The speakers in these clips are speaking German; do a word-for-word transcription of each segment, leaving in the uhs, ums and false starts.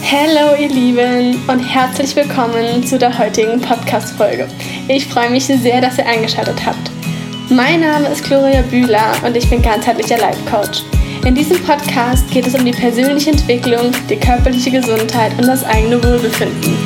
Hallo ihr Lieben und herzlich willkommen zu der heutigen Podcast-Folge. Ich freue mich sehr, dass ihr eingeschaltet habt. Mein Name ist Gloria Bühler und ich bin ganzheitlicher Life-Coach. In diesem Podcast geht es um die persönliche Entwicklung, die körperliche Gesundheit und das eigene Wohlbefinden.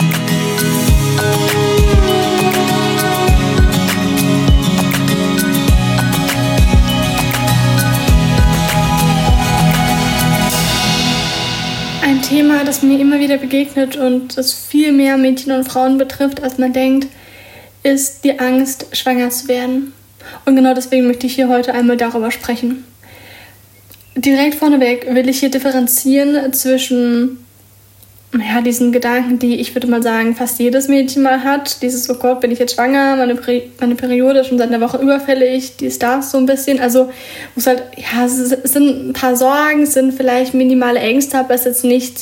Ein Thema, das mir immer wieder begegnet und das viel mehr Mädchen und Frauen betrifft, als man denkt, ist die Angst, schwanger zu werden. Und genau deswegen möchte ich hier heute einmal darüber sprechen. Direkt vorneweg will ich hier differenzieren zwischen ja, diesen Gedanken, die ich würde mal sagen, fast jedes Mädchen mal hat. Dieses, oh Gott, bin ich jetzt schwanger, meine, Peri- meine Periode ist schon seit einer Woche überfällig, dies, das so ein bisschen. Also muss halt, ja, es sind ein paar Sorgen, es sind vielleicht minimale Ängste, aber es ist jetzt nichts,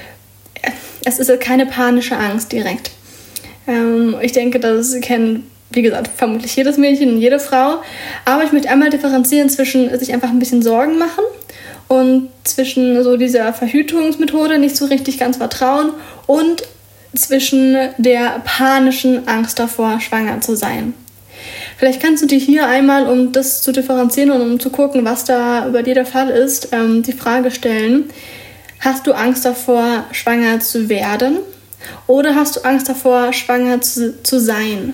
es ist keine panische Angst direkt. Ähm, ich denke, das kennt, wie gesagt, vermutlich jedes Mädchen und jede Frau. Aber ich möchte einmal differenzieren zwischen sich einfach ein bisschen Sorgen machen und zwischen so dieser Verhütungsmethode nicht so richtig ganz vertrauen und zwischen der panischen Angst davor, schwanger zu sein. Vielleicht kannst du dir hier einmal, um das zu differenzieren und um zu gucken, was da bei dir der Fall ist, ähm, die Frage stellen: Hast du Angst davor, schwanger zu werden? Oder hast du Angst davor, schwanger zu, zu sein?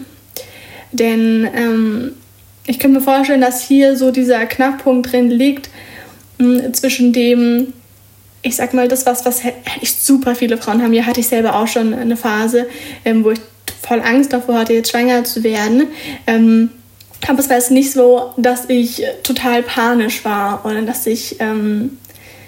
Denn ähm, ich kann mir vorstellen, dass hier so dieser Knackpunkt drin liegt, zwischen dem, ich sag mal, das was, was echt super viele Frauen haben. Hier hatte ich selber auch schon eine Phase, ähm, wo ich voll Angst davor hatte, jetzt schwanger zu werden. Ähm, aber es war jetzt nicht so, dass ich total panisch war oder dass ich, ähm,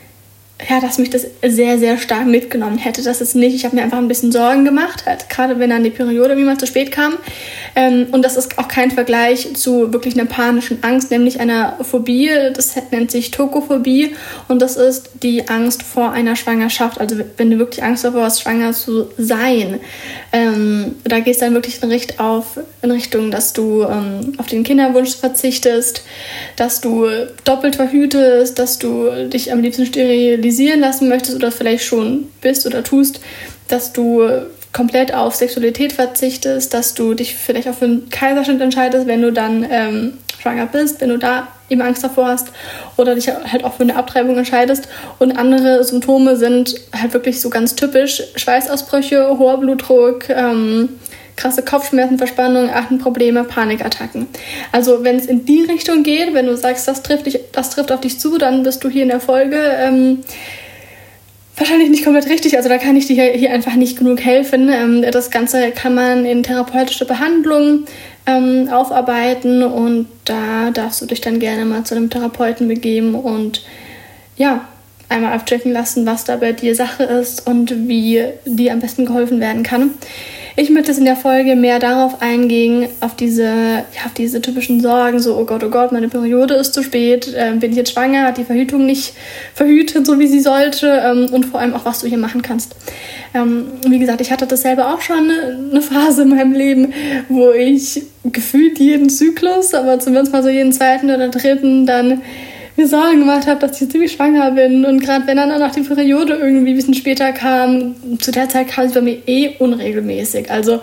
ja, dass mich das sehr, sehr stark mitgenommen hätte. Das ist nicht, ich habe mir einfach ein bisschen Sorgen gemacht, halt, gerade wenn dann die Periode wie mal zu spät kam. Ähm, und das ist auch kein Vergleich zu wirklich einer panischen Angst, nämlich einer Phobie. Das nennt sich Tokophobie und das ist die Angst vor einer Schwangerschaft. Also wenn du wirklich Angst davor hast, schwanger zu sein, ähm, da gehst du dann wirklich in, Richt auf, in Richtung, dass du ähm, auf den Kinderwunsch verzichtest, dass du doppelt verhütest, dass du dich am liebsten sterilisieren lassen möchtest oder vielleicht schon bist oder tust, dass du komplett auf Sexualität verzichtest, dass du dich vielleicht auch für einen Kaiserschnitt entscheidest, wenn du dann ähm, schwanger bist, wenn du da eben Angst davor hast oder dich halt auch für eine Abtreibung entscheidest. Und andere Symptome sind halt wirklich so ganz typisch: Schweißausbrüche, hoher Blutdruck, ähm, krasse Kopfschmerzen, Verspannung, Atemprobleme, Panikattacken. Also wenn es in die Richtung geht, wenn du sagst, das trifft dich, das trifft auf dich zu, dann bist du hier in der Folge ähm, wahrscheinlich nicht komplett richtig. Also da kann ich dir hier einfach nicht genug helfen. Ähm, das Ganze kann man in therapeutische Behandlung ähm, aufarbeiten und da darfst du dich dann gerne mal zu einem Therapeuten begeben und ja, einmal abchecken lassen, was da bei dir Sache ist und wie dir am besten geholfen werden kann. Ich möchte jetzt in der Folge mehr darauf eingehen, auf diese, ja, auf diese typischen Sorgen, so, oh Gott, oh Gott, meine Periode ist zu spät, äh, bin ich jetzt schwanger, hat die Verhütung nicht verhütet, so wie sie sollte, ähm, und vor allem auch, was du hier machen kannst. Ähm, wie gesagt, ich hatte das selber auch schon eine Phase in meinem Leben, wo ich gefühlt jeden Zyklus, aber zumindest mal so jeden zweiten oder dritten dann mir Sorgen gemacht habe, dass ich ziemlich schwanger bin. Und gerade wenn dann auch noch die Periode irgendwie ein bisschen später kam, zu der Zeit kam sie bei mir eh unregelmäßig. Also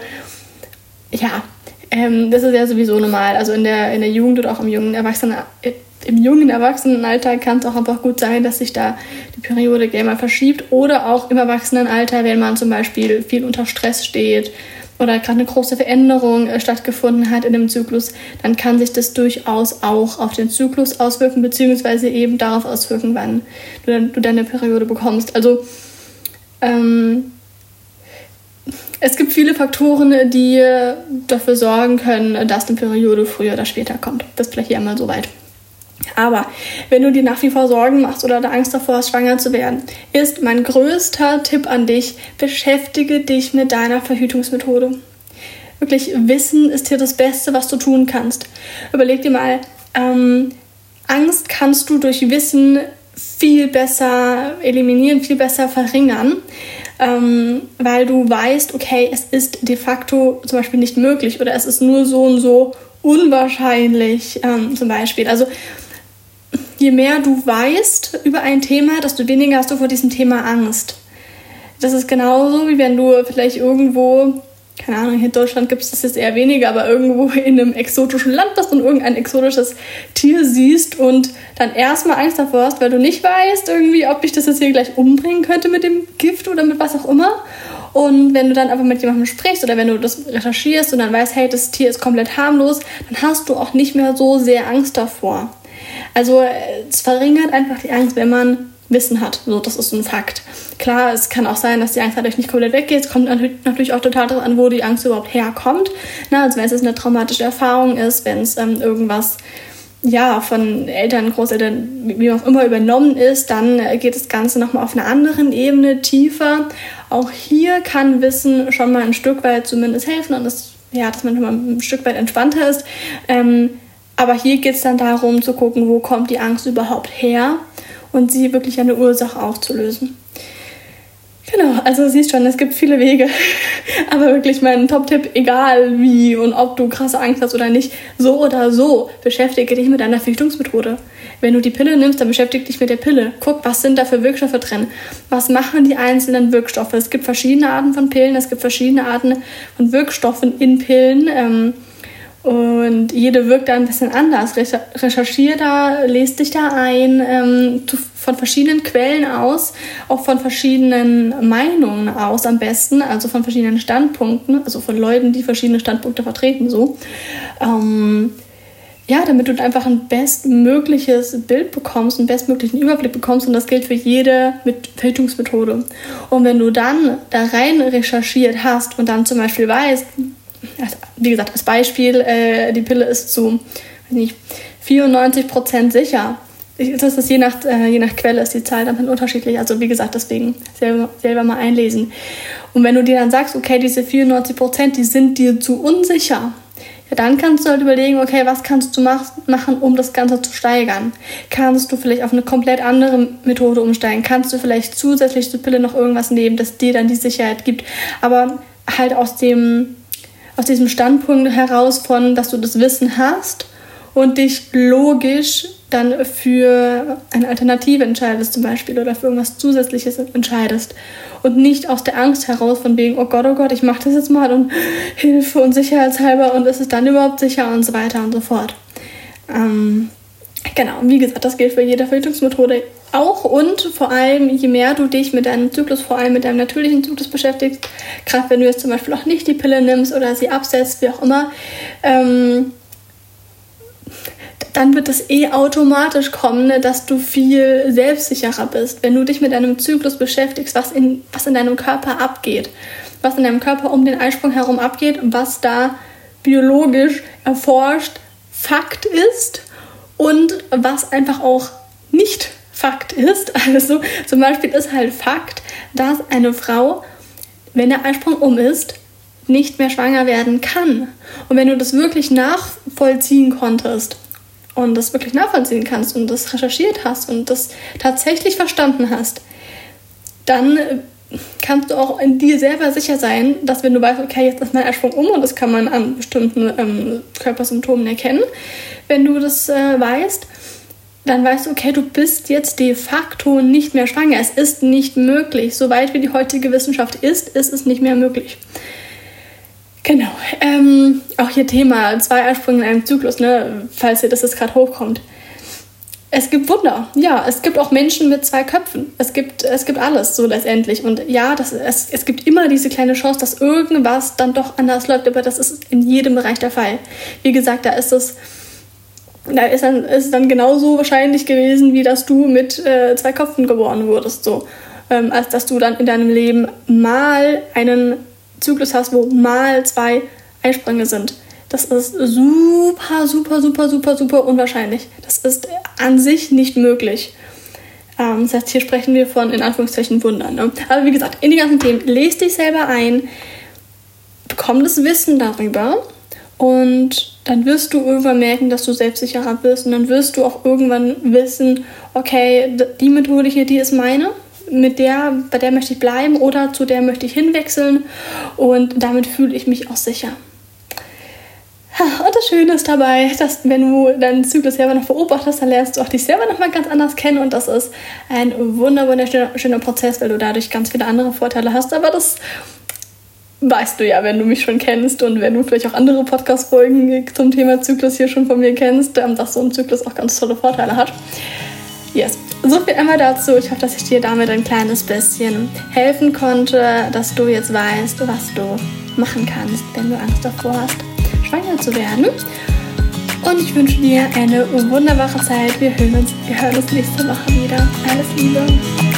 ja, ähm, das ist ja sowieso normal. Also in der, in der Jugend oder auch im jungen Erwachsenen, im jungen Erwachsenenalter kann es auch einfach gut sein, dass sich da die Periode gerne mal verschiebt. Oder auch im Erwachsenenalter, wenn man zum Beispiel viel unter Stress steht oder gerade eine große Veränderung äh, stattgefunden hat in dem Zyklus, dann kann sich das durchaus auch auf den Zyklus auswirken, beziehungsweise eben darauf auswirken, wann du, dann, du deine Periode bekommst. Also ähm, es gibt viele Faktoren, die dafür sorgen können, dass eine Periode früher oder später kommt. Das vielleicht hier einmal so weit. Aber wenn du dir nach wie vor Sorgen machst oder da Angst davor hast, schwanger zu werden, ist mein größter Tipp an dich: Beschäftige dich mit deiner Verhütungsmethode. Wirklich, Wissen ist hier das Beste, was du tun kannst. Überleg dir mal, ähm, Angst kannst du durch Wissen viel besser eliminieren, viel besser verringern, ähm, weil du weißt, okay, es ist de facto zum Beispiel nicht möglich oder es ist nur so und so unwahrscheinlich, ähm, zum Beispiel. Also je mehr du weißt über ein Thema, desto weniger hast du vor diesem Thema Angst. Das ist genauso, wie wenn du vielleicht irgendwo, keine Ahnung, hier in Deutschland gibt es das jetzt eher weniger, aber irgendwo in einem exotischen Land bist und irgendein exotisches Tier siehst und dann erstmal Angst davor hast, weil du nicht weißt irgendwie, ob dich das jetzt hier gleich umbringen könnte mit dem Gift oder mit was auch immer. Und wenn du dann einfach mit jemandem sprichst oder wenn du das recherchierst und dann weißt, hey, das Tier ist komplett harmlos, dann hast du auch nicht mehr so sehr Angst davor. Also es verringert einfach die Angst, wenn man Wissen hat. So, das ist ein Fakt. Klar, es kann auch sein, dass die Angst dadurch nicht komplett weggeht. Es kommt natürlich auch total darauf an, wo die Angst überhaupt herkommt. Na, also wenn es eine traumatische Erfahrung ist, wenn es ähm, irgendwas ja, von Eltern, Großeltern, wie auch immer übernommen ist, dann geht das Ganze nochmal auf einer anderen Ebene tiefer. Auch hier kann Wissen schon mal ein Stück weit zumindest helfen und das, ja, dass man schon mal ein Stück weit entspannter ist. Ähm, aber hier geht es dann darum zu gucken, wo kommt die Angst überhaupt her und sie wirklich an der Ursache aufzulösen. Genau, also siehst schon, es gibt viele Wege, aber wirklich mein Top-Tipp, egal wie und ob du krasse Angst hast oder nicht, so oder so, beschäftige dich mit deiner Verhütungsmethode. Wenn du die Pille nimmst, dann beschäftige dich mit der Pille. Guck, was sind da für Wirkstoffe drin? Was machen die einzelnen Wirkstoffe? Es gibt verschiedene Arten von Pillen, es gibt verschiedene Arten von Wirkstoffen in Pillen, ähm, und jede wirkt da ein bisschen anders. Recherchiere da, lese dich da ein, ähm, von verschiedenen Quellen aus, auch von verschiedenen Meinungen aus am besten, also von verschiedenen Standpunkten, also von Leuten, die verschiedene Standpunkte vertreten, so. Ähm, ja, damit du einfach ein bestmögliches Bild bekommst, einen bestmöglichen Überblick bekommst und das gilt für jede Verhütungsmethode. Und wenn du dann da rein recherchiert hast und dann zum Beispiel weißt, wie gesagt, als Beispiel, äh, die Pille ist zu weiß nicht, vierundneunzig Prozent sicher. Das ist je nach, äh, je nach Quelle ist die Zahl dann unterschiedlich. Also wie gesagt, deswegen selber, selber mal einlesen. Und wenn du dir dann sagst, okay, diese vierundneunzig Prozent, die sind dir zu unsicher, ja, dann kannst du halt überlegen, okay, was kannst du mach, machen, um das Ganze zu steigern? Kannst du vielleicht auf eine komplett andere Methode umsteigen? Kannst du vielleicht zusätzlich zur Pille noch irgendwas nehmen, das dir dann die Sicherheit gibt? Aber halt aus dem aus diesem Standpunkt heraus von, dass du das Wissen hast und dich logisch dann für eine Alternative entscheidest zum Beispiel oder für irgendwas Zusätzliches entscheidest und nicht aus der Angst heraus von wegen, oh Gott, oh Gott, ich mache das jetzt mal und Hilfe und sicherheitshalber und ist es dann überhaupt sicher und so weiter und so fort. Ähm, genau, wie gesagt, das gilt für jede Verhütungsmethode auch und vor allem, je mehr du dich mit deinem Zyklus, vor allem mit deinem natürlichen Zyklus beschäftigst, gerade wenn du jetzt zum Beispiel auch nicht die Pille nimmst oder sie absetzt, wie auch immer, ähm, dann wird es eh automatisch kommen, dass du viel selbstsicherer bist, wenn du dich mit deinem Zyklus beschäftigst, was in, was in deinem Körper abgeht, was in deinem Körper um den Eisprung herum abgeht und was da biologisch erforscht Fakt ist und was einfach auch nicht Fakt ist. Also zum Beispiel ist halt Fakt, dass eine Frau, wenn der Eisprung um ist, nicht mehr schwanger werden kann. Und wenn du das wirklich nachvollziehen konntest und das wirklich nachvollziehen kannst und das recherchiert hast und das tatsächlich verstanden hast, dann kannst du auch in dir selber sicher sein, dass wenn du weißt, okay, jetzt ist mein Eisprung um und das kann man an bestimmten ähm, Körpersymptomen erkennen, wenn du das äh, weißt, dann weißt du, okay, du bist jetzt de facto nicht mehr schwanger. Es ist nicht möglich. Soweit wie die heutige Wissenschaft ist, ist es nicht mehr möglich. Genau. Ähm, auch hier Thema zwei Eisprünge in einem Zyklus, ne, falls ihr das jetzt gerade hochkommt. Es gibt Wunder. Ja, es gibt auch Menschen mit zwei Köpfen. Es gibt, es gibt alles so letztendlich. Und ja, das, es, es gibt immer diese kleine Chance, dass irgendwas dann doch anders läuft. Aber das ist in jedem Bereich der Fall. Wie gesagt, da ist es Da ist dann, ist dann genauso wahrscheinlich gewesen, wie dass du mit äh, zwei Köpfen geboren wurdest, so. Ähm, als dass du dann in deinem Leben mal einen Zyklus hast, wo mal zwei Eisprünge sind. Das ist super, super, super, super, super unwahrscheinlich. Das ist an sich nicht möglich. Ähm, das heißt, hier sprechen wir von, in Anführungszeichen, Wundern. Ne? Aber wie gesagt, in die ganzen Themen, lest dich selber ein, bekomm das Wissen darüber und dann wirst du irgendwann merken, dass du selbstsicherer bist und dann wirst du auch irgendwann wissen, okay, die Methode hier, die ist meine, mit der, bei der möchte ich bleiben oder zu der möchte ich hinwechseln und damit fühle ich mich auch sicher. Und das das Schöne ist dabei, dass wenn du deinen Zyklus selber noch beobachtest, dann lernst du auch dich selber nochmal ganz anders kennen und das ist ein wunder wunderschöner schöner Prozess, weil du dadurch ganz viele andere Vorteile hast, aber das weißt du ja, wenn du mich schon kennst und wenn du vielleicht auch andere Podcast-Folgen zum Thema Zyklus hier schon von mir kennst, dass so ein Zyklus auch ganz tolle Vorteile hat. Yes, so viel einmal dazu. Ich hoffe, dass ich dir damit ein kleines bisschen helfen konnte, dass du jetzt weißt, was du machen kannst, wenn du Angst davor hast, schwanger zu werden. Und ich wünsche dir eine wunderbare Zeit. Wir hören uns, wir hören uns nächste Woche wieder. Alles Liebe.